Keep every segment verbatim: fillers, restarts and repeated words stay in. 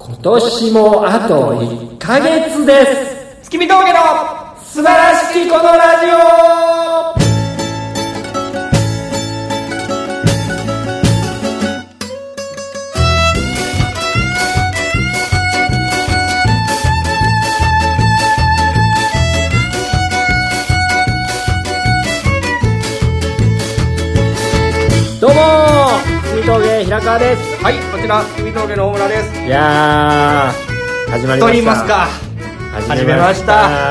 今年もあといっかげつです。 月見峠の素晴らしきこのラジオ。 どうもー、月見峠平川です。 はい、こちら月見峠の大村です。 いやー、始まりました。 と言いますか、始めました。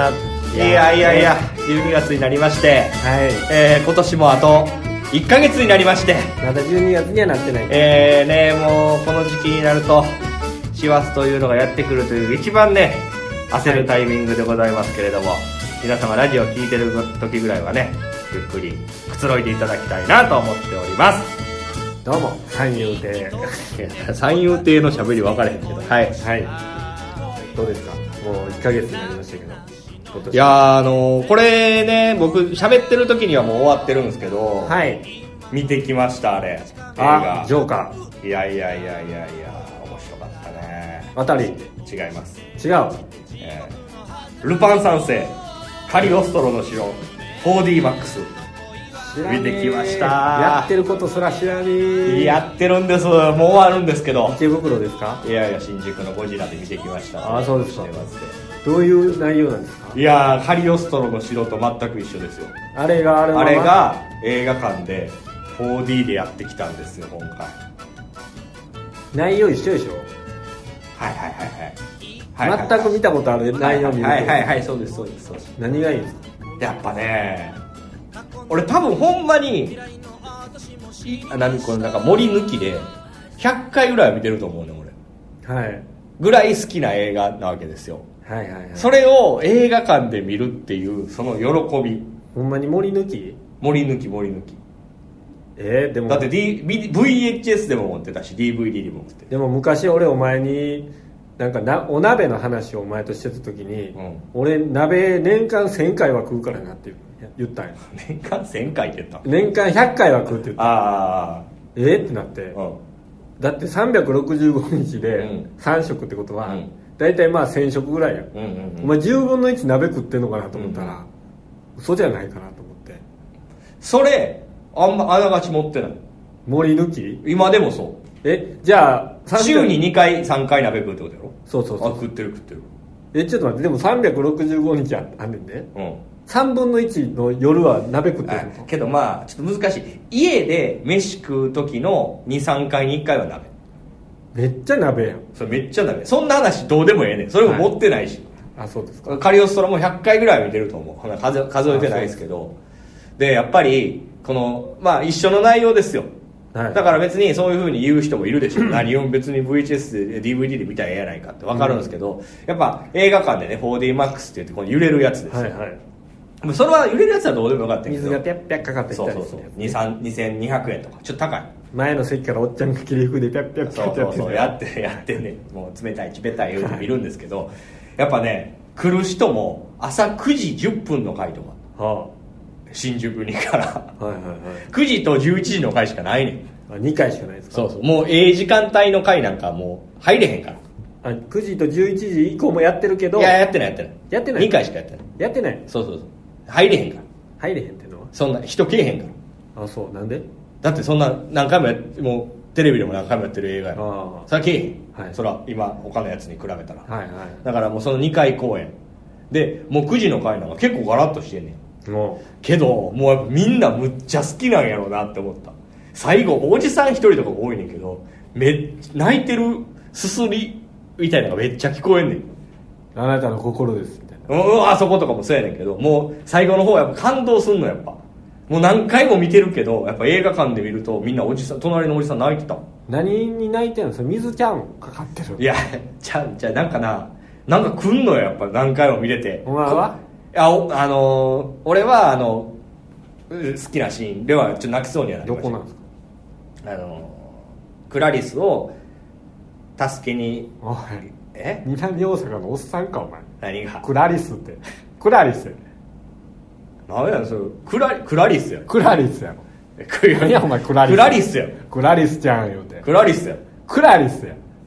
いやいやいや、じゅうにがつになりまして、はい、えー、今年もあといっかげつになりまして、 まだじゅうにがつにはなってない。 えーね、もうこの時期になると師走というのがやってくるという一番ね焦るタイミングでございますけれども、はい、皆様ラジオ聞いてる時ぐらいはね、ゆっくりくつろいでいただきたいなと思っております。 どうも三遊亭三遊亭のしゃべり分かれへんけど、はい、 はい、どうですか、もういっかげつになりましたけど。 いやあのー、これね、僕喋ってる時にはもう終わってるんですけど、 はい、 見てきました、あれ、映画。あ、ジョーカー。いやいやいやいやいや、面白かったね。 あたり違います。 違う、 えー、ルパン三世カリオストロの城 フォーディーマックス 見てきました。 やってることすら知らねえ。 やってるんです。もう終わるんですけど。 池袋ですか。 いやいや、新宿のゴジラで見てきました。 あ、そうですか。どういう内容なんですか。 いやー、カリオストロの城と全く一緒ですよ。 あれがあれあれが映画館で フォーディー でやってきたんですよ、今回。 内容一緒でしょ。 はいはいはいはい、はい、 全く見たことある内容見ると、 はいはいはいはい、そうですそうですそうです。 何がいいんですか。 やっぱね、俺多分ほんまにあ、何これ、なんか森抜きでひゃっかいぐらいは見てると思うね、俺。はい。ぐらい好きな映画なわけですよ。はいはいはい。それを映画館で見るっていうその喜び。 ほんまに森抜き？ 森抜き森抜き。 えー、でもだって、D、ブイエイチエス でも持ってたし ディーブイディー でも持ってた。 でも昔俺お前になんかなお鍋の話をお前としてた時に、うん、俺鍋年間せんかいは食うからなって言ったんや。 年間せんかいって言った。 年間ひゃっかいは食うって言った。 ああ、 えー、ってなって、うん、だってさんびゃくろくじゅうごにちでさんしょくってことは、うん、だいたいまあせんしょくぐらいや、うんうんうん、お前じゅうぶんのいち鍋食ってんのかなと思ったら、うん、嘘じゃないかなと思って。それあんまあながち持ってない。 森抜き今でもそう。 え、じゃあ週ににかいさんかい鍋食うってことやろ。 そうそうそう。 あ、食ってる食ってる。 え、ちょっと待って、でもさんびゃくろくじゅうごにちあんねんね、うん、さんぶんのいちの夜は鍋食ってるのけど、まあちょっと難しい。家で飯食う時のにさんかいにいっかいは鍋。 めっちゃ鍋やん。 それめっちゃ鍋。そんな話どうでもええねん。それも持ってないし、 はい、あ、そうですか。 カリオストロもひゃっかいぐらいは見てると思う。数, 数えてないですけど。でやっぱりこのまあ一緒の内容ですよ、はい、だから別にそういう風に言う人もいるでしょ。何を別に ブイエイチエス で ディーブイディー で見たらええやないかって分かるんですけど、うん、やっぱ映画館でね フォーディーマックス って言ってこの揺れるやつですよ、はいはい、それは揺れるやつはどうでもよかったけど、 水がピャッピャッかかってきたりして、 そうそうそう、にせんにひゃくえんとかちょっと高い。 前の席からおっちゃんが霧吹きでピャッピャッピャッピャッそうそうそうやってやってね、もう冷たい冷たい言うて見るんですけどやっぱね来る人も朝くじじゅっぷんの回とか、はあ、新宿にからはいはい、はい、くじとじゅういちじの回しかないねん。 あ、にかいしかないですか。 そうそう、もうええ時間帯の回なんかもう入れへんから。 あ、くじとじゅういちじ以降もやってるけど。 いや、やってないやってないやってない、 にかいしかやってないやってない。 そうそうそう、入れへんから。 入れへんってのはそんな人来えへんから。あ、そう、なんで。 だってそんな何回もやもうテレビでも何回もやってる映画や。あ、それは来えへん、はい、それは今他のやつに比べたら、はいはい、だからもうそのにかい公演でもうくじの回なんか結構ガラッとしてんねん。けどもうやっぱみんなむっちゃ好きなんやろうなって思った。最後おじさん一人とか多いねんけどめっ泣いてるすすりみたいなのがめっちゃ聞こえんねん。 あなたの心ですみたいな、 うん、あそことかもそうやねんけど、もう最後の方やっぱ感動すんの。やっぱもう何回も見てるけどやっぱ映画館で見るとみんなおじさん、隣のおじさん泣いてた。 何に泣いてんの。それ水ちゃんかかってる。 いやちゃうちゃう、なんかな、なんか来んのよやっぱ何回も見れて。 お前はあ, あのー、俺はあの好きなシーンではちょっと泣きそうにはなりました。 どこなんですか。 あのクラリスを助けに。 おい、え、南大阪のおっさんかお前。 何がクラリスって。クラリス何やそれ。クラクラリスやクラリスやろ。何やお前クラリス。 クラリスやクラリスちゃん言うて。 クラリスやクラリスや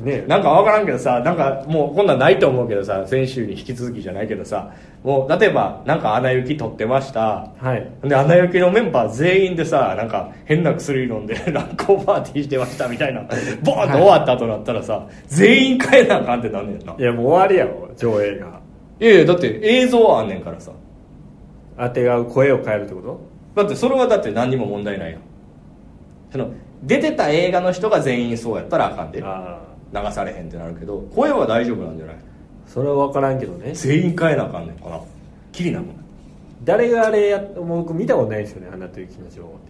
ね、なんか分からんけどさ、なんかもうこんなんないと思うけどさ、先週に引き続きじゃないけどさ、もう例えばなんかアナ雪取ってました、はい、でアナ雪のメンバー全員でさ、なんか変な薬飲んで乱交パーティーしてましたみたいなボーンと終わった後になったらさ、はい、全員変えなあかんってなんねんな。 いやもう終わりやろ上映が。 いやいやだって映像はあんねんからさ、 当てがう声を変えるってこと？ だってそれはだって何にも問題ないよ。その出てた映画の人が全員そうやったらあかんで、あ流されへんってなるけど、声は大丈夫なんじゃない？ それは分からんけどね。 全員変えなあかんねんかな。きりなもん。 誰があれやもう僕見たことないですよね、アナと雪の女王って。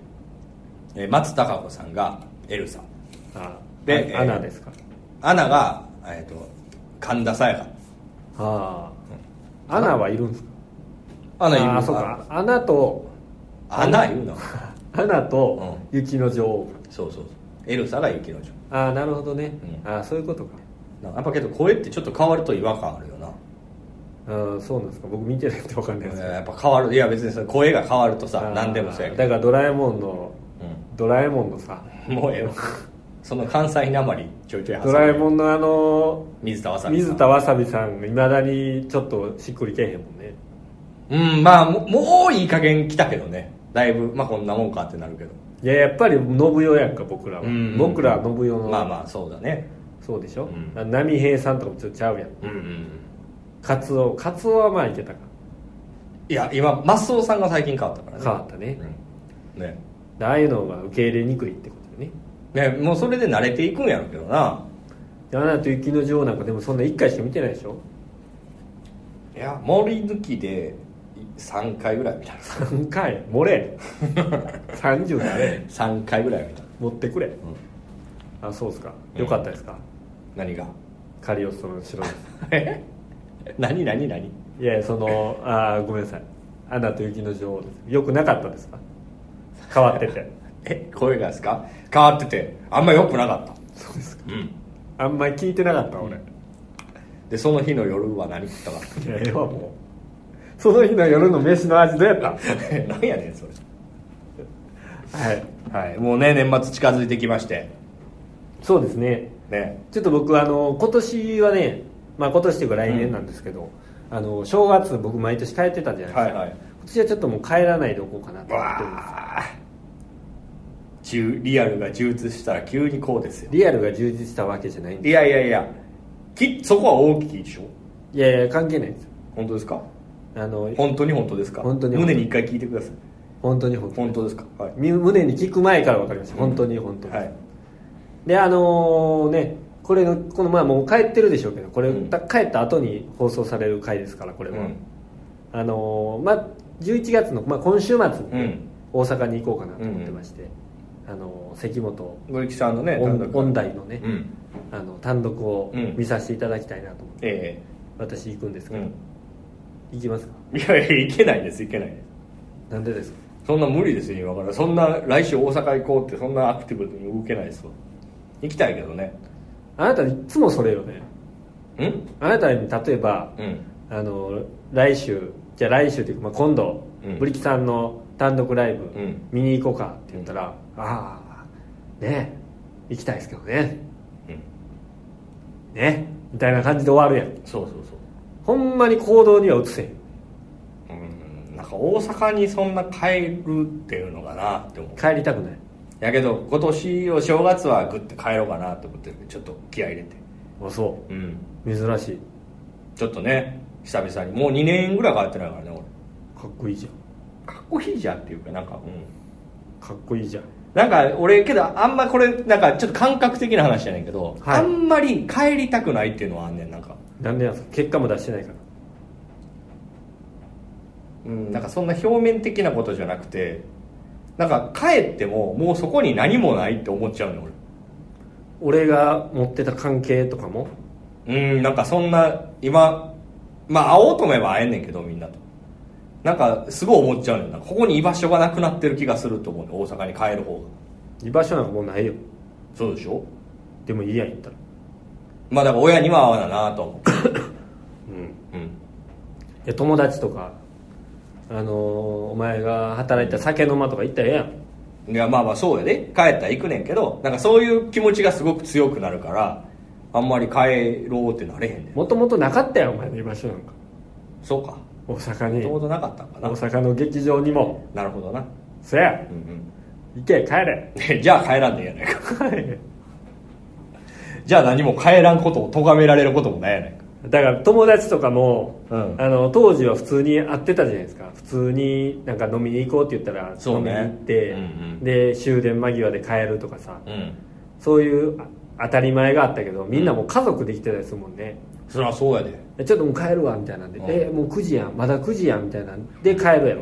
えー、松たか子さんがエルサ。 あで、アナですか？ アナが、えー、と神田沙也加。 ああ、うん、アナはいるんですか？ アナいる。 あそうか、アナとアナ言うのアナと雪の女王、 うん、そうそうそう、エルサが雪の女王。 ああなるほどね、うん、ああそういうことか。 やっぱけど声ってちょっと変わると違和感あるよな。 ああそうなんですか、僕見てないって分かんないですけど、 やっぱ変わる。いや別にそ声が変わるとさ何でもそうやけど、 だからドラえもんの、うん、ドラえもんのさもうええわその関西なまりちょいちょい挟むドラえもんのあの水田わさびさん水田わさびさんがいまだにちょっとしっくりけえへんもんね。 うんまあももういい加減来たけどね、だいぶまあこんなもんかってなるけど、 いややっぱり信代やんか僕らは、うんうん、僕らは信代のまあまあそうだね、 そうでしょ、うん、波平さんとかもちょっとちゃうやん、うんうん、カツオカツオはまあいけたか。 いや今マスオさんが最近変わったからね。 変わったね、 うん、ねああいうのが受け入れにくいってことよね。ねもうそれで慣れていくんやろうけどな。 アナと雪の女王なんかでもそんないっかいしか見てないでしょ。 いや森抜きでさんかいぐらい見た。 さんかい漏れさんじゅうなれさんかいぐらい見た。 持ってくれ、うん、あそうですか、よかったですか、 うん、何がカリオストの後ろですえ何何何いやそのあごめんなさい、アナと雪の女王です。よくなかったですか、変わっててえ声がですか、変わっててあんまよくなかった。 そうですか、うん、あんまり聞いてなかった俺、うん、 でその日の夜は何食ったか。 いやええわもうその日の夜の飯の味どうやった何やねんそれはい、はい、もうね年末近づいてきまして。 そうですね。ねちょっと僕あの今年はね、まあ、今年というか来年なんですけど、うん、あの正月僕毎年帰ってたじゃないですか、はいはい、今年はちょっともう帰らないでおこうかなと思ってるんですよ。 リアルが充実したら急にこうですよ。 リアルが充実したわけじゃないんです。 いやいやいやきそこは大きいでしょ。 いやいや関係ないですよ。 本当ですか。 あの本当に本当ですか。 本当に胸に一回聞いてください。 本当に本当本当ですか、はい、 胸に聞く前から分かりました、うん、本当に本当に、はい、であのー、ねこれのこのまあもう帰ってるでしょうけどこれ、うん、帰った後に放送される回ですからこれは、うん、あのー、まあじゅういちがつの、まあ、今週末に、ねうん、大阪に行こうかなと思ってまして、うん、あの関本ご力さんのね音大のね、うん、あの単独を見させていただきたいなと思って、うんえー、私行くんですけど、うん、行きますか。 いやいや行けないです行けないです。 なんでですか。 そんな無理ですよ今から。そんな来週大阪行こうってそんなアクティブに動けないですわ。行きたいけどね。 あなたいつもそれよね。 んあなたに例えば、うん、あの来週じゃあ来週というか、まあ、今度、うん、ブリキさんの単独ライブ、うん、見に行こうかって言ったら、うん、ああね行きたいですけどね、うん、ねみたいな感じで終わるやん。 そうそうそう。 ほんまに行動には移せへん。 なんか大阪にそんな帰るっていうのかなって思う。 帰りたくない。 やけど今年お正月はグッて帰ろうかなと思ってちょっと気合い入れて。 あそう、うん、珍しい。 ちょっとね久々にもうにねんぐらい帰ってないからね俺。 かっこいいじゃん。かっこいいじゃんっていうかなんかうんかっこいいじゃん。 なんか俺けどあんまこれなんかちょっと感覚的な話じゃないけど、はい、あんまり帰りたくないっていうのはあんねん。なんかなんでなんですか。結果も出してないから。 うん、なんかそんな表面的なことじゃなくてなんか帰ってももうそこに何もないって思っちゃうね俺。俺が持ってた関係とかもうんなんかそんな今まあ会おうと思えば会えんねんけどみんなとなんかすごい思っちゃうねん。なんかここに居場所がなくなってる気がすると思うね大阪に帰る方が。 居場所なんかもうないよ。 そうでしょ。 でもいいやん言ったら。 まあだから親には会わななと思ううんうんで友達とかあのー、お前が働いた酒の間とか行ったらええやん。 いやまあまあそうやで帰ったら行くねんけどなんかそういう気持ちがすごく強くなるからあんまり帰ろうってなれへんねん。 もともとなかったよお前の居場所なんか。 そうか、 大阪にもともとなかったんかな。 大阪の劇場にも。 なるほどな。 そや、うんうん、行け帰れじゃあ帰らんでええやないかじゃあ何も帰らんことを咎められることもないやないか。 だから友達とかも、うん、あの当時は普通に会ってたじゃないですか。普通になんか飲みに行こうって言ったら、ね、飲みに行って、うんうん、で終電間際で帰るとかさ、うん、そういう当たり前があったけど、みんなもう家族できてたりするもんね、 うん、そりゃそうやで。 ちょっともう帰るわみたいなんで、うん、えもうくじやんまだくじやんみたいなんで帰るやろ、うんうん、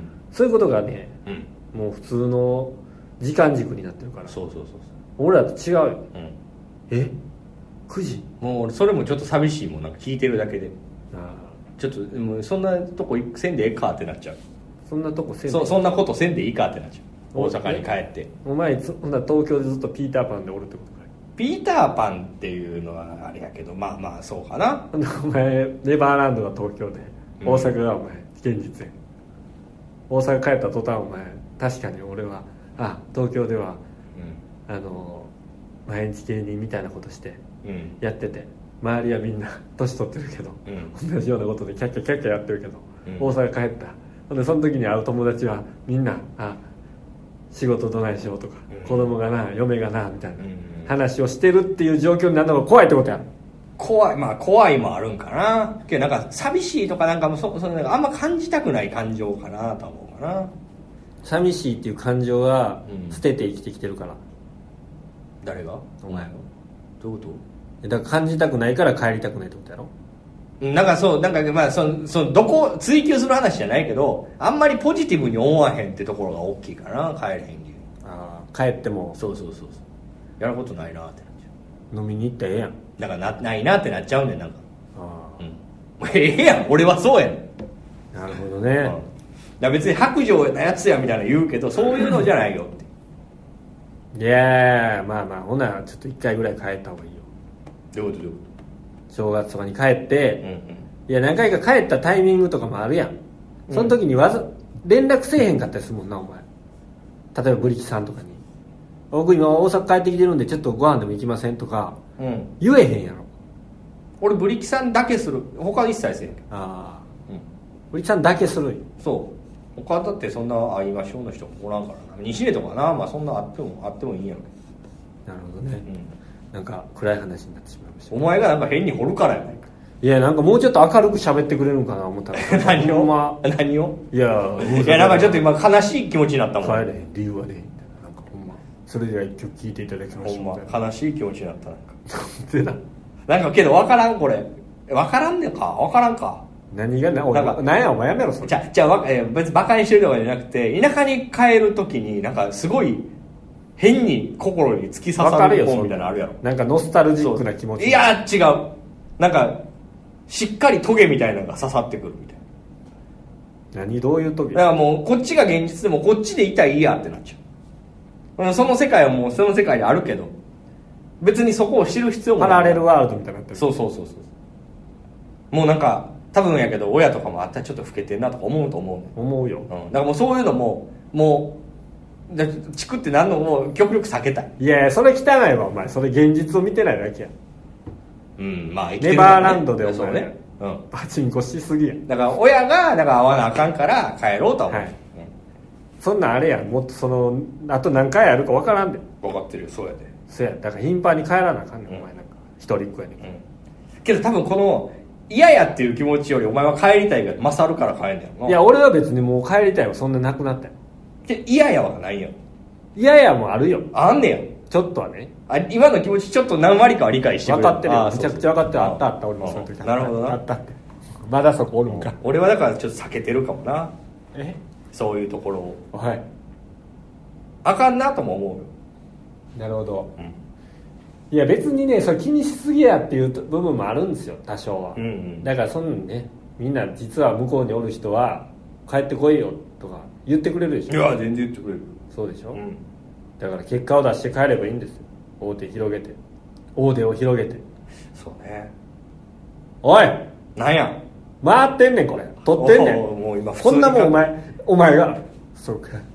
そういうことがね、うん、もう普通の時間軸になってるから。 そうそうそうそう、 俺らと違うよ、うん、えくじもう俺それもちょっと寂しいもん、なんか聞いてるだけで。あちょっともうそんなとこせんでええかってなっちゃう。 そんなとこせんでそそんなことせんでいいかってなっちゃう。大阪に帰ってお前ほんなら東京でずっとピーターパンでおるってことかい。 ピーターパンっていうのはあれやけど、まあまあそうかな。 お前ネバーランドが東京で大阪がお前現実や、うん、大阪帰った途端お前確かに俺はあ東京では、うん、あの毎日芸人みたいなことしてやってて、うん、周りはみんな年取ってるけど、うん、同じようなことでキャッキャキャッキャやってるけど、うん、大阪帰ったほんでその時に会う友達はみんなあ仕事どないしようとか、うん、子供がな嫁がなみたいな話をしてるっていう状況になるのが怖いってことや。 怖い、まあ怖いもあるんかな。けどなんか寂しいとかなんかもそそなんかあんま感じたくない感情かなと思うかな。 寂しいっていう感情は捨てて生きてきてるから、うん、 誰が？お前はどういうこと？だから感じたくないから帰りたくないってことやろ。 なんかそうなんかまあそのそのどこ追求する話じゃないけど、あんまりポジティブに思わへんってところが大きいかな。帰れへん理由。 ああ帰ってもそうそうそうそうやることないなってなっちゃう。飲みに行ったらええやん。 だから な, ないなってなっちゃうねんなんか。ああ、うん、ええやん俺はそうやねん。なるほどね。うん、 だ別に白状なやつやみたいな言うけどそういうのじゃないよって。 いやまあまあほなちょっといっかいぐらい帰った方がいいよ。 どういうことどういうこと？正月とかに帰って、うんうん、いや何回か帰ったタイミングとかもあるやん。その時にわざ連絡せえへんかったりするもんなお前。例えばブリキさんとかに僕今大阪帰ってきてるんでちょっとご飯でも行きませんとか、うん、言えへんやろ。 俺ブリキさんだけする。他一切せえへん。ああ、 うん、ブリキさんだけする。 そう他だってそんな会いましょうの人おらんからな。西根とかな、まあそんなあってもあってもいいんやろけど。なるほどね、うん、なんか暗い話になってしまいました。 お前がなんか変に掘るからやないか。 いやなんかもうちょっと明るく喋ってくれるのかな思ったら何を、まあ、何をいやいやなんかちょっと今悲しい気持ちになったもん。 帰れへん理由はねみたいな。なんかほんまそれでは一曲聴いていただきましょう。 ほんま悲しい気持ちになった。なんかでななんかけど分からんこれ分からんねんか分からんか何がな俺なんか何やお前やめろそれ。 じゃじゃあ別にバカにしてるとかじゃなくて田舎に帰る時になんかすごい変に心に突き刺さる本みたいなのあるやろ。 なんかノスタルジックな気持ち。 いや違うなんかしっかりトゲみたいなのが刺さってくるみたいな。何どういうトゲ？ だからもうこっちが現実でもこっちでいたらいいやってなっちゃう。その世界はもうその世界であるけど別にそこを知る必要もない。 パラレルワールドみたいになってる。 そうそうそうそうもうなんか多分やけど親とかもあったらちょっと老けてんなとか思うと思う思うよ、 うん、だからもうそういうのももうチクってなんのも極力避けたい。 いやそれ汚いわお前。それ現実を見てないだけや。 うんまあ生きてる、ね、ネバーランドでお前ね、うん、 パチンコしすぎや。 だから親がだから会わなあかんから帰ろうとは思う、はい、うん、 そんなんあれやん。もっとそのあと何回あるか分からんで。 分かってるよそうやで。 そうやだから頻繁に帰らなあかんねん、うん、お前なんか一人っ子やねん、うん、 けど多分この嫌やっていう気持ちよりお前は帰りたいが勝るから帰んねんの。 いや俺は別にもう帰りたいはそんななくなったよ。 嫌やはないよ。 嫌やもあるよ。 あんねやちょっとはね。 あ今の気持ちちょっと何割かは理解してくれる。 分かってるよ。めちゃくちゃ分かってる。あったあった俺もその時。 なるほどな。 あったってまだそこおるんか。 俺はだからちょっと避けてるかもな。 えそういうところを。 はいあかんなとも思うよ。 なるほど、うん、いや別にねそれ気にしすぎやっていう部分もあるんですよ多少は、うんうん、だからそんなにねみんな実は向こうにおる人は帰ってこいよとか言ってくれるでしょ。 いや全然言ってくれる。 そうでしょ、うん、だから結果を出して帰ればいいんですよ。大手広げて大手を広げて。 そうね。 おいなんや回ってんねんこれ撮ってんねん。 もう今こんなもんお前お前がそうか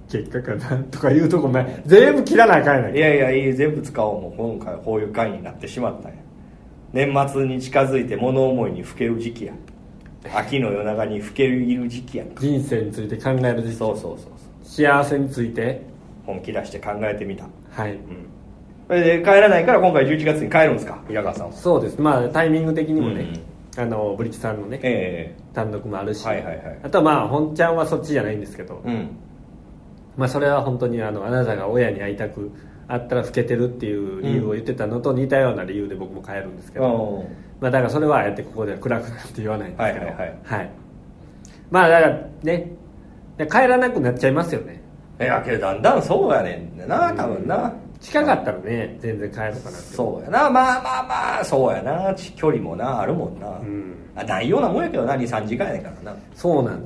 結果かなとかいうとこ前全部切らなあかんやない。 いやいやいい、全部使おう。もう今回はこういう回になってしまったんや。年末に近づいて物思いにふける時期や。秋の夜長にふける時期や。 人生について考える時期。 そうそうそうそう。 幸せについて本気出して考えてみた。 はい、うん、 それで帰らないから今回じゅういちがつに帰るんですか、平川さんは。 そうです。まあタイミング的にもね、うん、あのブリッジさんのね、 えー、 単独もあるし、 はいはいはい、 あとはまあ本ちゃんはそっちじゃないんですけど、うん、まあそれは本当にあのあなたが親に会いたくあったら老けてるっていう理由を言ってたのと似たような理由で僕も帰るんですけど、うん、まあだからそれはあえてここでは暗くなって言わないんですけど、はいはいはい、はい、まあだからね帰らなくなっちゃいますよね。 いやけどだんだんそうやねんな多分な、うん、 近かったらね全然帰るかなって。 そうやな、まあまあまあそうやな、距離もなあるもんな、うん、あないようなもんやけどな、にさんじかんやねんからな。 そうなのよ、うん、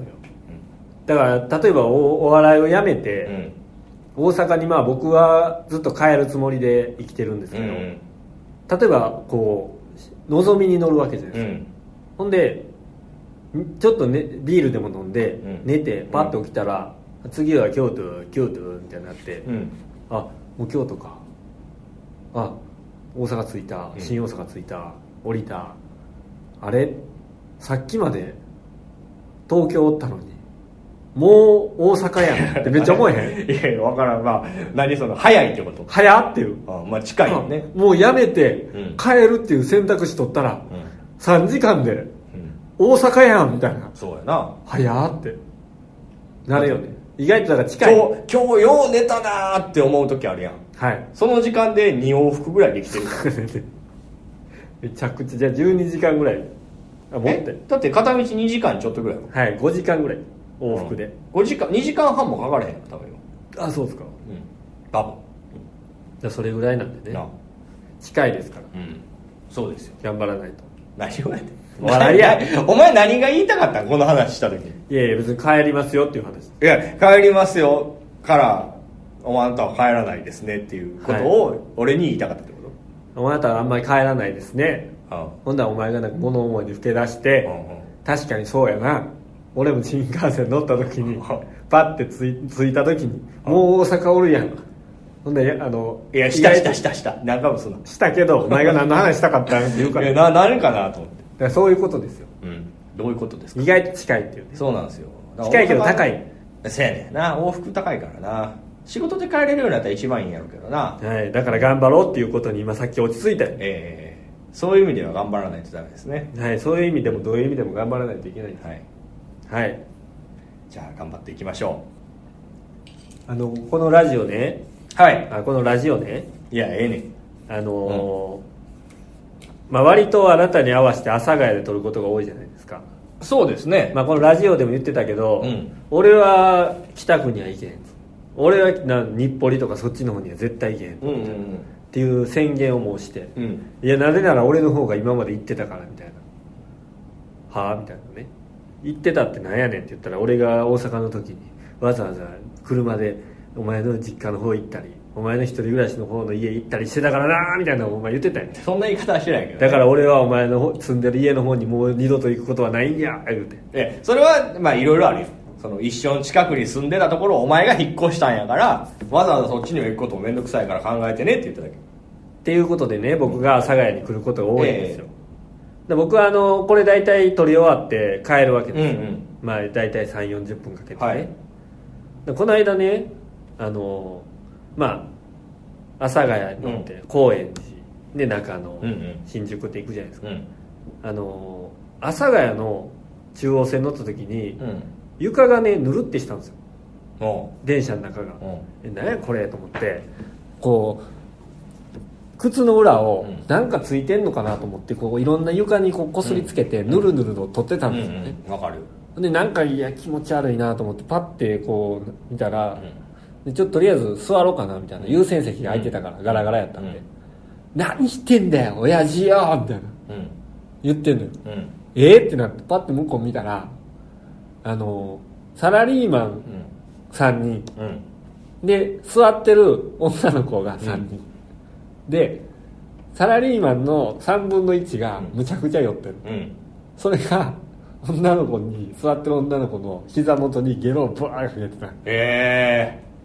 だから例えば お, お笑いをやめて、うん、大阪にまあ僕はずっと帰るつもりで生きてるんですけど、うん、例えばこうのぞみに乗るわけじゃないですか、うん、ほんでちょっと、ね、ビールでも飲んで、うん、寝てパッと起きたら、うん、次は京都京都みたいになって、うん、あもう京都か、あ大阪着いた、新大阪着いた、うん、降りた、あれさっきまで東京おったのにもう大阪やんってめっちゃ思えへんいやいや分からん、まあ何その早いってこと、 早っていう、 あまあ近いよね、 もうやめて帰るっていう選択肢取ったら、うん、さんじかんで大阪やんみたいな、 そうやな、 早ってなるよね。意外とだから近い。 今日今日よう寝たなーって思う時あるやん。 はい。 その時間でに往復ぐらいできてるからめちゃくちゃ、じゃあじゅうにじかんぐらい、あもってだって片道にじかんちょっとぐらい。 はい、ごじかんぐらい往復で、うん、 ごじかんにじかんはんもかかれへん多分よ。 あそうですか、 うん多分、うん、 じゃあそれぐらいなんでね、近いですから、 うん、そうですよ、 頑張らないと。 何をやって笑いやお前何が言いたかったんこの話した時に。 いやいや別に帰りますよっていう話。 いや帰りますよからお前あんたは帰らないですねっていうことを俺に言いたかったってこと、はい、 お前あんたはあんまり帰らないですね、うん、ほんだらお前がなんか物思いで老け出して、うんうん、確かにそうやな、俺も新幹線乗った時にパッて着い、着いた時にもう大阪おるやん、ほんであのいやしたしたしたした何回もすんのしたけどお前が何の話したかったんって言うからいやな何かなと思って。 だからそういうことですよ、 うん、どういうことですか。 意外と近いっていう、ね、 そうなんですよ、 近いけど高い。 せやねんな、往復高いからな、仕事で帰れるようになったら一番いいんやろうけどな、 はい、だから頑張ろうっていうことに今さっき落ち着いたよ、 えー、そういう意味では頑張らないとダメですね。 はい、そういう意味でもどういう意味でも頑張らないといけないんです。はい、はい、 じゃあ頑張っていきましょう。あのこのラジオね、 はいあこのラジオね、 いやええねん、 あのーうんまあ、割とあなたに合わせて阿佐ヶ谷で撮ることが多いじゃないですか。 そうですね、 まあ、このラジオでも言ってたけど、うん、俺は北区には行けへん、俺はな日暮里とかそっちの方には絶対行けへん、うんうんうん、っていう宣言を申して、うん、いやなぜなら俺の方が今まで行ってたからみたいな、はあみたいなね、行ってたってなんやねんって言ったら、俺が大阪の時にわざわざ車でお前の実家の方行ったりお前の一人暮らしの方の家行ったりしてたからなみたいなのをお前言ってたんや。 そんな言い方はしてないけど、ね、 だから俺はお前の住んでる家の方にもう二度と行くことはないんや言うて。 えそれはまあいろいろあるよ。その一緒の近くに住んでたところをお前が引っ越したんやから、わざわざそっちには行くことも面倒くさいから考えてねって言っただけっていうことでね、僕が阿佐ヶ谷に来ることが多いんですよ、えー、で僕はあのこれ大体撮り終わって帰るわけですよ、うんうん、まあ大体 さんじゅうよんじゅっぷんかけてね、はい、でこの間ねあのまあ阿佐ヶ谷に乗って高円寺で中野、うんうん、新宿って行くじゃないですか、うん、あの阿佐ヶ谷の中央線乗った時に、うん、床がねぬるってしたんですよ、電車の中が、え何やこれと思って、こう靴の裏をなんかついてんのかなと思ってこういろんな床にこうこすりつけてぬるぬると取ってたんですよね、 うんうんうん、分かる。 でなんかいや気持ち悪いなと思ってパッてこう見たら、うんでちょっととりあえず座ろうかなみたいな、優先席が空いてたから、うん、ガラガラやったんで、うん、何してんだよ親父よみたいな、うん、言ってんのよ、うん、えー、ってなってパッて向こう見たらあのサラリーマンさんにん、うん、で座ってる女の子がさんにん、うん、でサラリーマンのさんぶんのいちがむちゃくちゃ寄ってる、うん、それが女の子に座ってる女の子の膝元にゲロをブワーッとやってた。 え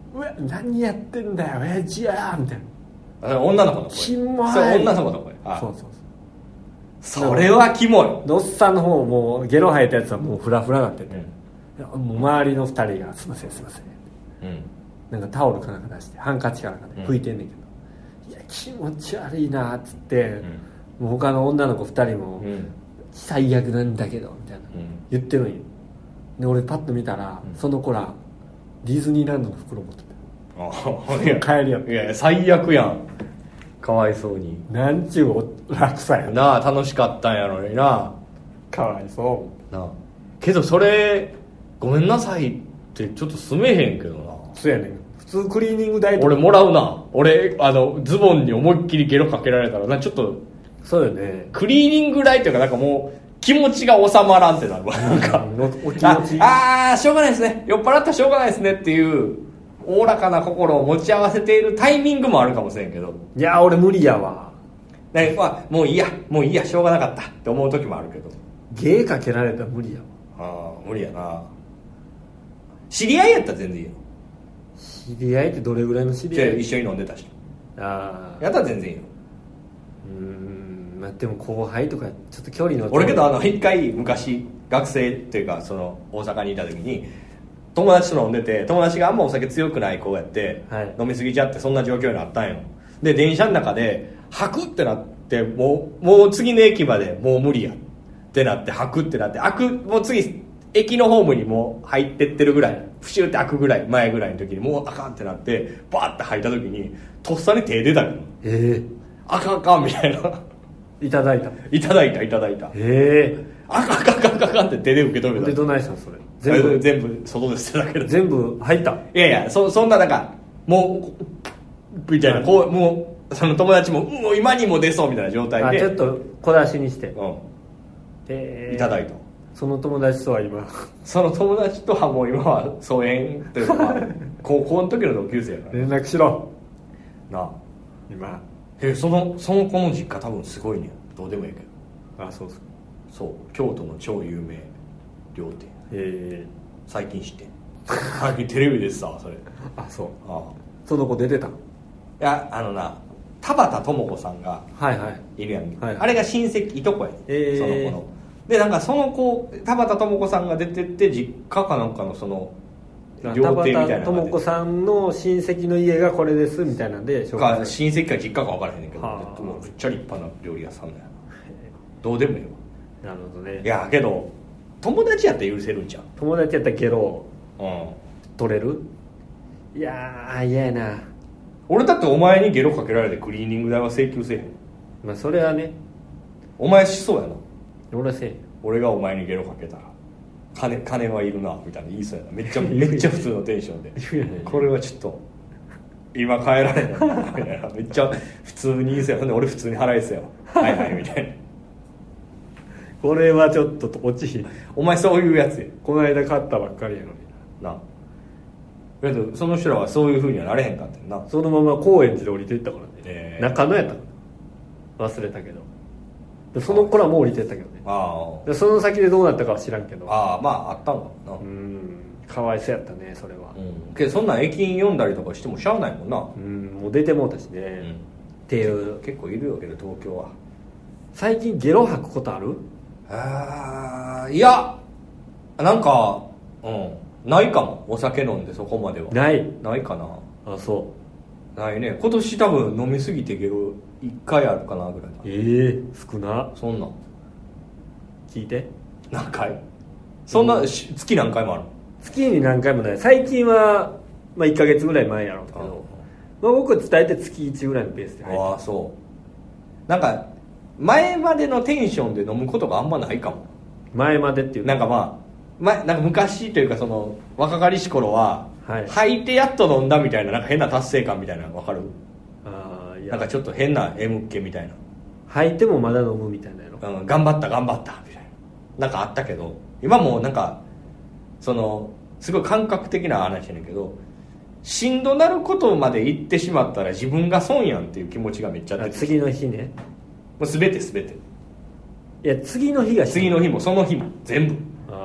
うわ何やってんだよ親父やみたいな。女の子の声。 キモい。 そう女の子の声。あそうそうそうそれはキモい。 でおっさんの方もゲロ吐いたやつはもうフラフラなってて、うん、もう周りのふたりがすいませんすいません、うん、なんかタオルかなんか出してハンカチかなんかで拭いてんねんけど、うん、いや気持ち悪いなっつって、うん、もう他の女の子ふたりも、うん、最悪なんだけどみたいな、うん、言ってるんよ。で俺パッと見たら、うん、その子らディズニーランドの袋持ってて、あ帰りやっいやいや最悪やん。かわいそうに。 なんちゅう落差やなあ。楽しかったんやろにな。 かわいそうなあ。けどそれごめんなさいってちょっと住めへんけどな。 そうやねん。普通クリーニング代とか俺もらうな。俺あのズボンに思いっきりゲロかけられたらなちょっと。 そうよね。 クリーニング代っていうかなんかもう気持ちが収まらんってなるわ。なんかお気持ちああしょうがないですね。酔っ払ったらしょうがないですねっていうおおらかな心を持ち合わせているタイミングもあるかもしれんけど。 いや俺無理やわ。 ねまあ、もういいやもういいやしょうがなかったって思う時もあるけど。 芸かけられたら無理やわ。ああ無理やな。知り合いやったら全然いいよ。 知り合いってどれぐらいの知り合い？ 一緒に飲んでた人。 ああやったら全然いいよ。 うーんまあでも後輩とかちょっと距離の俺けどあの一回昔学生っていうかその大阪にいた時に友達と飲んでて友達があんまお酒強くない子やって、はい、飲みすぎちゃってそんな状況になったんよ。で電車の中で吐くってなってもうもう次の駅までもう無理やってなって吐くってなって開くもう次駅のホームにもう入ってってるぐらいプシュって開くぐらい前ぐらいの時にもうあかんってなってバーって吐いた時にとっさに手出たの。 ええあかんあかんみたいな。 いただいたいただいたいただいた。 ええあかんあかんあかんあかんって手で受け止めた。 でどないしたんそれ。 全部全部外で捨てたけど全部入った。 いやいや そ, そんななんかもうみたいなこうもうその友達ももう今にも出そうみたいな状態であちょっと小出しにして、 うんえー、いただいた。 その友達とは今その友達とはもう今は疎遠というか高校の時の同級生やから連絡しろなあ今えそのその子の実家多分すごいねどうでもいいけど。あそうですか。 そう京都の超有名料亭。 え最近知って最近テレビでさそれあそうああその子出てた。いやあのな田畑智子さんがいるやん、 はいはい、 あれが親戚いとこやね、 えー、 その子のでなんかその子田畑智子さんが出てって実家かなんかのその料亭みたいなのが智子さんの親戚の家がこれですみたいなんでか親戚か実家か分からへんねんけどもうめっちゃ立派な料理屋さんだよどうでもいいわ。なるほどね。 いやけど友達やったら許せるんちゃう。 友達やったらゲロうん取れる。いやー嫌やな。 俺だってお前にゲロかけられてクリーニング代は請求せえへん。 まあそれはねお前しそうやな。 俺はせえへん。 俺がお前にゲロかけたら金金はいるなみたいな言いそうやな。めっちゃめっちゃ普通のテンションでこれはちょっと今帰られないみたいなめっちゃ普通に言いそうやな。俺普通に払いそうやわはいはいみたいなこれはちょっと落ちひん。 お前そういうやつや。 この間買ったばっかりやのにな。けどその人らはそういう風にはなれへんかったんな。 そのまま高円寺で降りていったからね、 えー、 中野やったから忘れたけどでその子らも降りてったけどね。 あでその先でどうなったかは知らんけどああまああったんだな。 うんかわいそうやったねそれは、 うん、けどそんなん駅員読んだりとかしてもしゃあないもんな。 うんもう出てもうたしね、うん、っていう結構いるよけど東京は。 最近ゲロ吐くことある？ あいやなんかうんないかも。お酒飲んでそこまではないないかな。 あそうないね。今年多分飲みすぎてゲロいっかいあるかなぐらい。 ええー、少な。 そんなん聞いて何回そんな、うん、月何回もある。 月に何回もない。最近は、まあ、いっかげつぐらい前やろうけど、まあ、僕伝えて月いちぐらいのペースで入って。 ああそうなんか前までのテンションで飲むことがあんまないかも。 前までっていうなんかまあま、なんか昔というかその若かりし頃は、はい、吐いてやっと飲んだみたいななんか変な達成感みたいなの分かる？あいやなんかちょっと変な M っ気みたいな。 吐いてもまだ飲むみたいなやろ、 うん、頑張った頑張ったみたいななんかあったけど今もうなんかそのすごい感覚的な話やねんけどしんどなることまで言ってしまったら自分が損やんっていう気持ちがめっちゃあって。 次の日ね。 もう全て全て。 いや次の日が次の日もその日も全部。 あ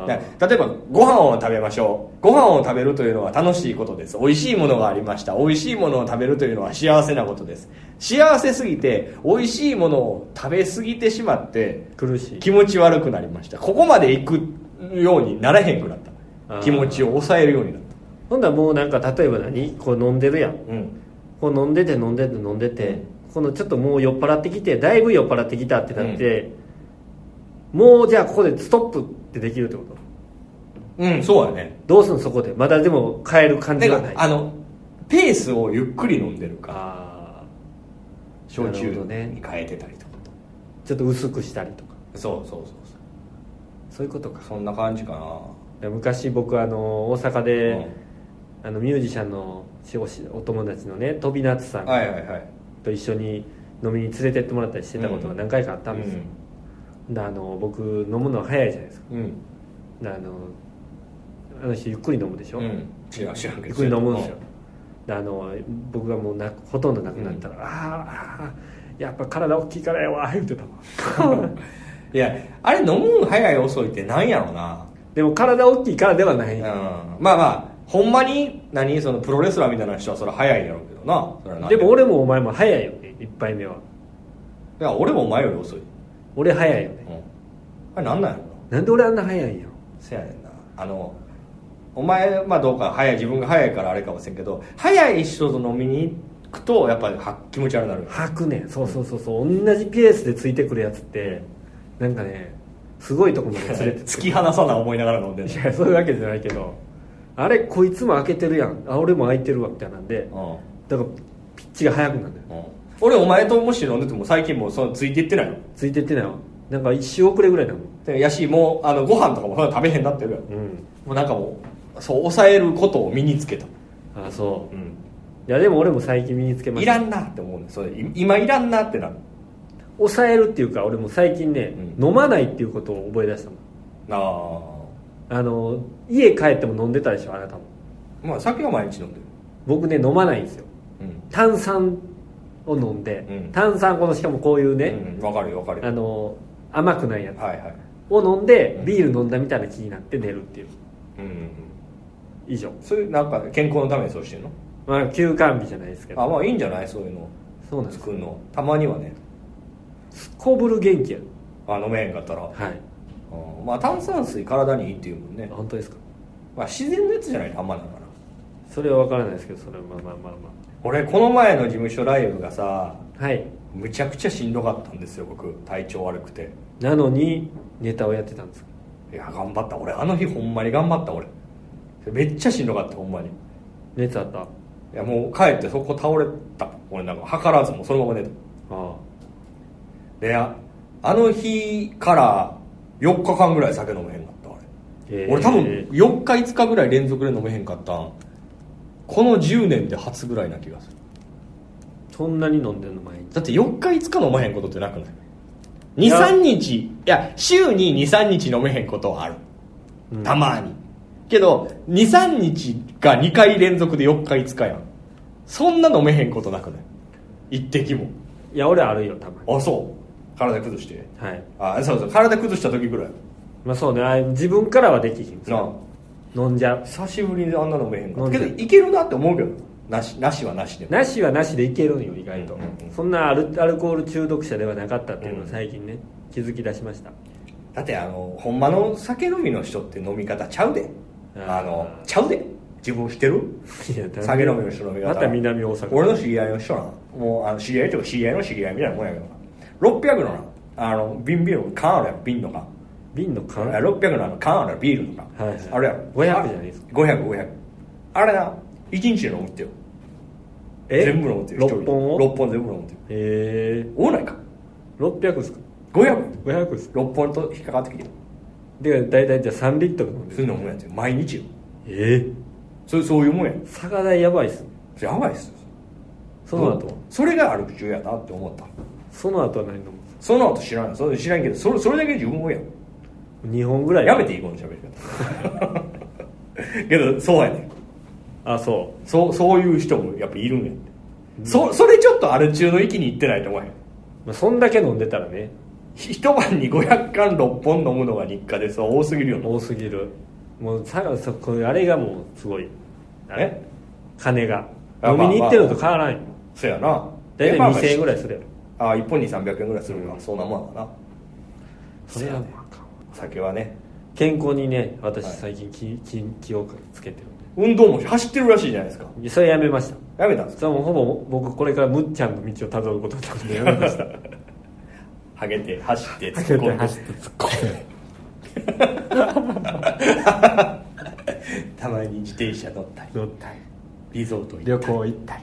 例えばご飯を食べましょう、ご飯を食べるというのは楽しいことです、美味しいものがありました、美味しいものを食べるというのは幸せなことです。幸せすぎて美味しいものを食べ過ぎてしまって苦しい、 気持ち悪くなりました。ここまで行くようにならへんくなった。気持ちを抑えるようになった。 ほんだらもうなんか例えば何こう飲んでるやん、うん、こう飲んでて飲んでて飲んでて、うん、このちょっともう酔っ払ってきてだいぶ酔っ払ってきたってなって、うん、もうじゃあここでストップってできるってこと？ うんそうやね。 どうすんのそこでまだでも変える感じがない。 あのペースをゆっくり飲んでるか焼酎に変えてたりとか、 ちょっと薄くしたりとか。 そうそうそうそうそういうことか。 そんな感じかな。 昔僕あの大阪で、うん、あのミュージシャンのお友達のね飛び夏さんと一緒に飲みに連れてってもらったりしてたことが何回かあったんですよ、うん、であの僕飲むの早いじゃないですか、うん、であのあの人ゆっくり飲むでしょ、うん、 違う知らんけどゆっくり飲むんですよ、であの僕がもうなほとんどなくなったら、うん、ああやっぱ体大きいからやわ言ってたわいやあれ飲む早い遅いってなんやろな。 でも体大きいからではない、うん、 まあまあほんまに何そのプロレスラーみたいな人はそれ早いんやろうけどな。それはでも俺もお前も早いよね一杯目は。 いや俺もお前より遅い。 俺早いよね、 うん、あれなんなんやろな。 なんで俺あんな早いんやろ。 せやねんな。あのお前まあどうか早い自分が早いからあれかもしれんけど早い人と飲みに行くとやっぱり気持ち悪くなる。 吐くねん。そうそうそうそう、同じペースでついてくるやつってなんかねすごいとこまで連れて突き放さな思いながら飲んでる。 いやそういうわけじゃないけどあれこいつも開けてるやんあ俺も開いてるわみたいなんで、うん、だからピッチが速くなるんだよ、 うん、俺お前ともし飲んでても最近もうそのついていってないの。 ついていってないわ。なんか一周遅れぐらいだもん。 やしもうあのご飯とかも食べへんなってるやん、うん、もうなんかもうそう抑えることを身につけた。 あそう、うん、いやでも俺も最近身につけました。 いらんなって思うね。それ今いらんなってなる。 抑えるっていうか俺も最近ね、うん、飲まないっていうことを覚え出したもん。ああの家帰っても飲んでたでしょあなたも。 まあ酒は毎日飲んでる。 僕ね飲まないんですよ、うん、炭酸を飲んで、うん、炭酸このしかもこういうね、 うん、分かるよ分かるよ。 あの甘くないやつ、 はいはい、 を飲んでビール飲んだみたいな気になって寝るっていう、うんうんうん、以上。 それなんか健康のためにそうしてんの。 まあ休館日じゃないですけど。 あまあいいんじゃないそういうの。 そうなんです作るのたまにはね。 すこぶる元気やる。 あ飲めへんかったら。 はい。 あまあ炭酸水体にいいっていうもんね。 本当ですか。 まあ自然のやつじゃないとあんまなんかな。 それは分からないですけどそれはまあまあまあまあ。 俺この前の事務所ライブがさ、 はい、 むちゃくちゃしんどかったんですよ僕。体調悪くて。 なのにネタをやってたんですか。 いや頑張った俺。あの日ほんまに頑張った俺。めっちゃしんどかったほんまに。 熱あった。 いやもう帰ってそこ倒れた俺。なんか計らずもそのまま寝た。ああで あ, あの日からよっかかんぐらい酒飲めへんかった俺、えー、俺多分よっかいつかぐらい連続で飲めへんかったんこのじゅうねんで初ぐらいな気がする。 そんなに飲んでんの毎日。 だってよっかいつか飲まへんことってなくない。 にさんにちいや週に にさんにち飲めへんことはある、うん、たまにけど にさんにちがにかい連続でよっかいつかやん。そんな飲めへんことなくない一滴も。 いや俺あるよたまに。 あそう体崩して。 はい。 あそうそう体崩した時ぐらい。 まあそうね自分からはできひんな。飲んじゃう。 久しぶりにあんな飲めへんかったけどいけるなって思うけどなしなしはなしでなしはなしでいけるんよ意外と、うんうんうん、そんなアル、アルコール中毒者ではなかったっていうのを最近ね、うん、気づき出しました。 だってあのほんまの酒飲みの人って飲み方ちゃうで。あのちゃうで自分知ってる。いや酒飲みの人の飲み方また南大阪。 俺の知り合いの人なもうあの知り合いとか知り合いの知り合いみたいなもんやけどろっぴゃくのなあの瓶ビールの缶あるやん瓶の缶瓶の缶ろっぴゃくのあの缶あるビールの缶、はいはい、あれやろごひゃくじゃないですか。 ごひゃくごひゃくあれないちにちで飲むってよ。え全部飲むってよ。 ろっぽんをろっぽん全部飲むってよ。 へえ多ないかろっぴゃくですか。 ごひゃくごひゃくですろっぽんと引っかかってきてるで大体じゃあさんリットル飲んでる。 そういうのもんやつよ毎日よ。 ええそそういうもんや。 酒代やばいっすね。 やばいっすよ。 その後それがある中やなって思った。 その後は何飲む。 その後知らんそれ知らんけどそれそれだけ十分多いやん。 にほんぐらいやめていいこの喋り方けどそうやねん。 あそうそうそういう人もやっぱいるんやって、うん、そ, それちょっとある中の域に行ってないと思うへん、 まあ、そんだけ飲んでたらね一晩にごひゃっかんろっぽん飲むのが日課です。多すぎるよ。 多すぎる。もうさそこあれがもうすごい。 え金が飲みに行ってるのと変わらんよ。 そうやな。 大体にせんえんぐらいするやろ。ああ、いっぽんにさんびゃくえんぐらいするのか、うん、そんなもんだな。 それはもうあかん。 酒はね、 健康にね、私最近気、はい、気, 気をつけてる。 運動も走ってるらしいじゃないですか。 それやめました。 やめたんですか。 それもほぼ僕これからむっちゃんの道をたどることになってやめましたはげて走って突っ込んで走って突っ込んでたまに自転車乗ったり乗ったりリゾート行ったり旅行行ったり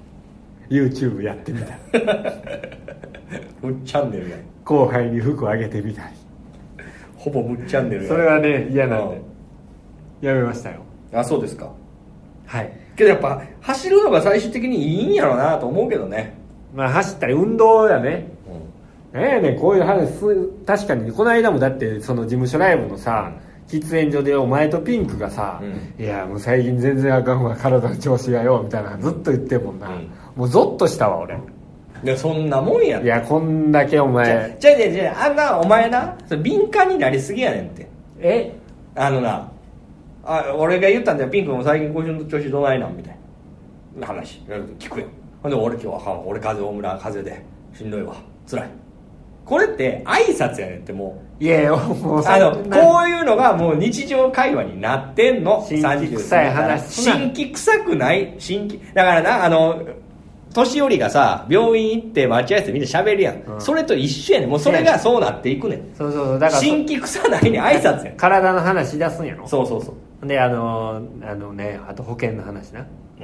YouTube やってみたりむっチャンネルや後輩に服あげてみたりほぼむっチャンネルやそれはね嫌なんでやめましたよ。 あ、そうですか。 はい。 けどやっぱ走るのが最終的にいいんやろうなと思うけどね。 まあ走ったり運動やね。うん、ええねこういう話す確かにこの間もだってその事務所ライブのさ、うん、喫煙所でお前とピンクがさ、うん、いやもう最近全然あかんわ体の調子がよみたいなずっと言ってるもんな。うん、もうゾッとしたわ俺。 いやそんなもんや。 いやこんだけお前。 じゃあじゃあじゃああんなお前な敏感になりすぎやねんって。 え？ あのな。あ俺が言ったんだよ。ピンクも最近腰の調子どないなんみたいな話聞くよ。ほんで俺今日はあかん俺風邪大村風邪でしんどいわ辛い。これって挨拶やねんってもういやいやもうあのこういうのがもう日常会話になってんの。 新規臭い話新規臭くない新規だからなあの年寄りがさ病院行って待合室でみんな喋るやん、うん、それと一緒やねん。もうそれがそうなっていくねん。 そうそうそうだから新規臭ないね挨拶やん。 体の話し出すんやろ。 そうそうそうであのあのねあと保険の話な。 うん、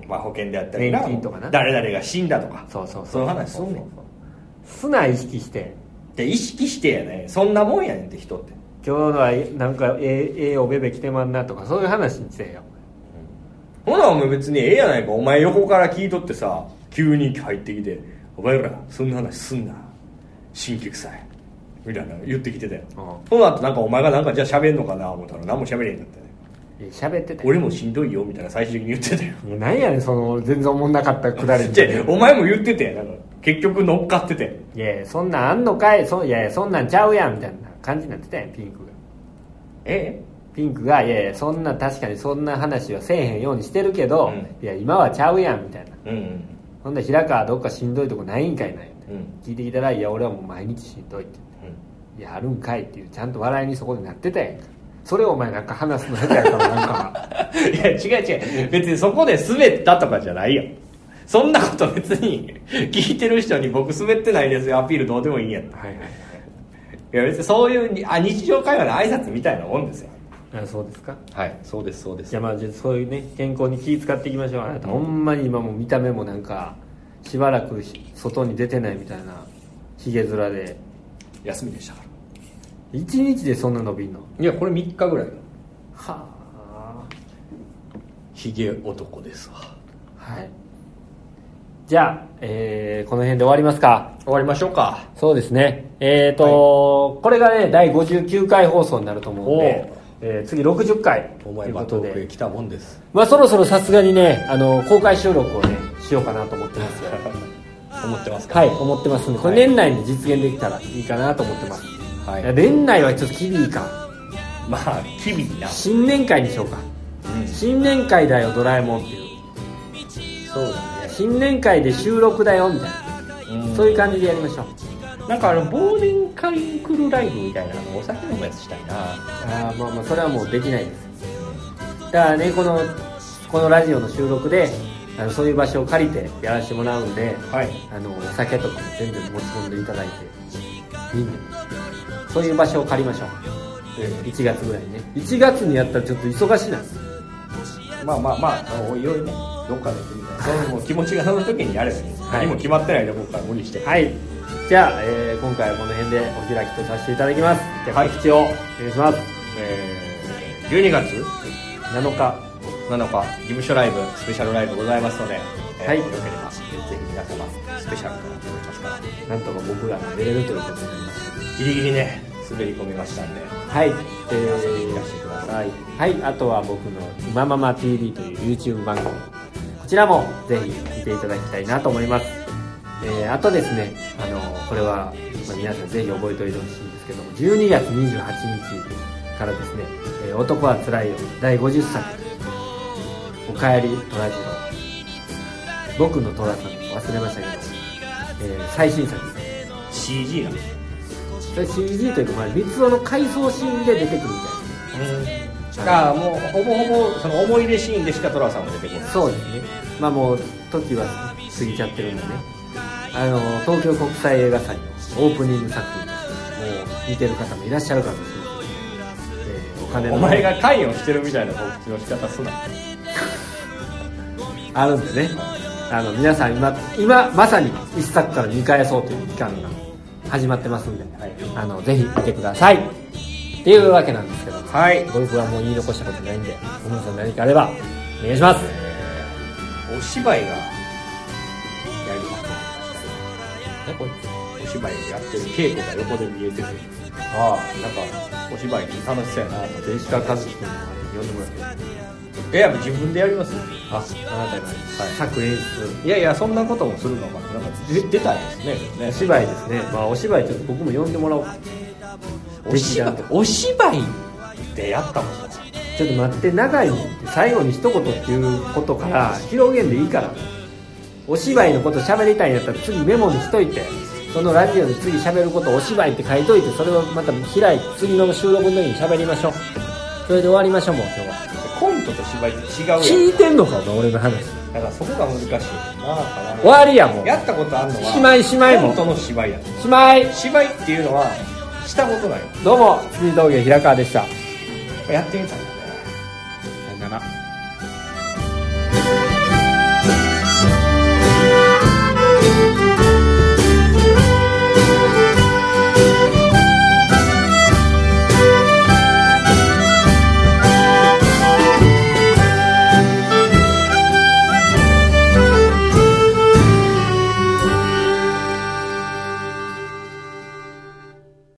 まあ保険であったり年金とかな誰々が死んだとかそうそうそういう話すんねん。 すな意識してで意識してやねそんなもんやねんって人って。 今日はなんかえええおべべ来てまんなとかそういう話にせえよ、 うん、ほなお前別にええやないか。お前横から聞いとってさ急に入ってきてお前らそんな話すんな新規臭いみたいな言ってきてたよ、うん、その後なんかお前がなんかじゃあ喋んのかな思ったら何も喋れへんかったね。 喋ってた俺もしんどいよみたいな最終的に言ってたよ。 何やねんその全然おもんなかったくだりにお前も言っててなんか結局乗っかってていやいやそんなんあんのかいそいやいやそんなんちゃうやんみたいな感じになってたやんピンクが。 えピンクがいやいやそんな確かにそんな話はせえへんようにしてるけど、うん、いや今はちゃうやんみたいな、うんうん、ほんで平川どっかしんどいとこないんかいない、うん、聞いてきたらいや俺はもう毎日しんどいって言って、うん、いやあるんかいっていうちゃんと笑いにそこでなってたやん。それをお前なんか話すの下手やからなんかいや違う違う別にそこで滑ったとかじゃないよ。そんなこと別に聞いてる人に僕滑ってないですよアピールどうでもいいんやん。はいはいはい。いや別にそういうあ日常会話の挨拶みたいなもんですよ。 あそうですか。 はいそうですそうです。 じゃあまあそういうね健康に気使っていきましょう。あなた、うん、ほんまに今も見た目もなんかしばらく外に出てないみたいなひげ面で休みでしたから。 一日でそんな伸びんの。 いやこれみっかぐらいはあひげ男ですわ。 はいじゃあ、えー、この辺で終わりますか。 終わりましょうか。 そうですねえーと、はい、これがねだいごじゅうきゅうかい放送になると思うんで、えー、次ろくじゅっかいお前は遠くへ来たもんです。 まあそろそろさすがにねあの公開収録をねしようかなと思ってますよ思ってますか。 はい思ってますんでこれ年内に実現できたらいいかなと思ってます、はい、いや年内はちょっと厳しいか。 まあ厳しいな。 新年会にしようか、うん、新年会だよドラえもんっていう。 そうだね新年会で収録だよみたいな、うん、そういう感じでやりましょう。なんかあの忘年会来るライブみたいなのお酒飲むやつしたいな。 あまあまあそれはもうできないです。だからねこのこのラジオの収録であのそういう場所を借りてやらせてもらうんで、はい、あのお酒とかも全然持ち込んでいただいてみんなそういう場所を借りましょう、えー、いちがつぐらいにね。いちがつにやったらちょっと忙しいな。 まあまあまあおいおいねどっかでそのもう気持ちがその時にやればいいんです、はい、何も決まってないで僕から無理してはいじゃあ、えー、今回はこの辺でお開きとさせていただきます。じゃあ告知をお願いします、 えー、じゅうにがつなのかなのか事務所ライブスペシャルライブございますので、えー、 はい、 よければぜひ皆様スペシャルとなっておりますからなんとか僕らが出れるということになりました。 ギリギリね滑り込みましたんではい、えー、いらしてください。 はい、あとは僕の「今ママ ティーブイ」という YouTube 番組こちらもぜひ見ていただきたいなと思います。えー、あとですねあのこれは、まあ、皆さんぜひ覚えておいてほしいんですけども、じゅうにがつにじゅうはちにちからですね、えー、男はつらいよだいごじゅっさく、おかえりトラジオ、僕のトラさん忘れましたけど、えー、最新作シージー なんです。 それ シージー というか、まあ、三つ男の回想シーンで出てくるみたいな、 うん、ああ、もうほぼほぼその思い出シーンでしかトラさんも出てこない。 そうですね。まあもう時は過ぎちゃってるんでね、あの東京国際映画祭のオープニング作品、もう見てる方もいらっしゃるかもしれない、えー、お金のお前が関与してるみたいな告知の仕方すなあるんでね、あの皆さん 今, 今まさにいっさくから見返そうという期間が始まってますんで、はい、あのぜひ見てくださいっていうわけなんですけど、はい、ゴルフはもう言い残したことないんで、小室さん何かあればお願いします。 えー、お芝居がやりますね。えこれお芝居やってる稽古が横で見えてて、ああなんかお芝居楽しそうやなと思って、 石川和樹君の呼んでもらって、 いや自分でやります。 あ、あなたが作演出、 いやいやそんなこともするのかな、なんか出たいですね。 お芝居ですね。まあお芝居ちょっと僕も呼んでもらおうか。 お芝居お芝居でやったもん。 ちょっと待って、長い最後に一言っていうことから広げんでいいから。お芝居のこと喋りたいんやったら次メモにしといて、そのラジオで次喋ることをお芝居って書いといて、それをまた開いて次の収録の時に喋りましょう。それで終わりましょう。もう今日はコントと芝居って違うやん。 聞いてんのかお前俺の話。 だからそこが難しいな。 終わりやもう。 やったことあるのはしまいしまいもコントの芝居や。 しまい芝居っていうのはしたことない。 どうも釣り峠平川でした。 やってみたんだね。 さよなら。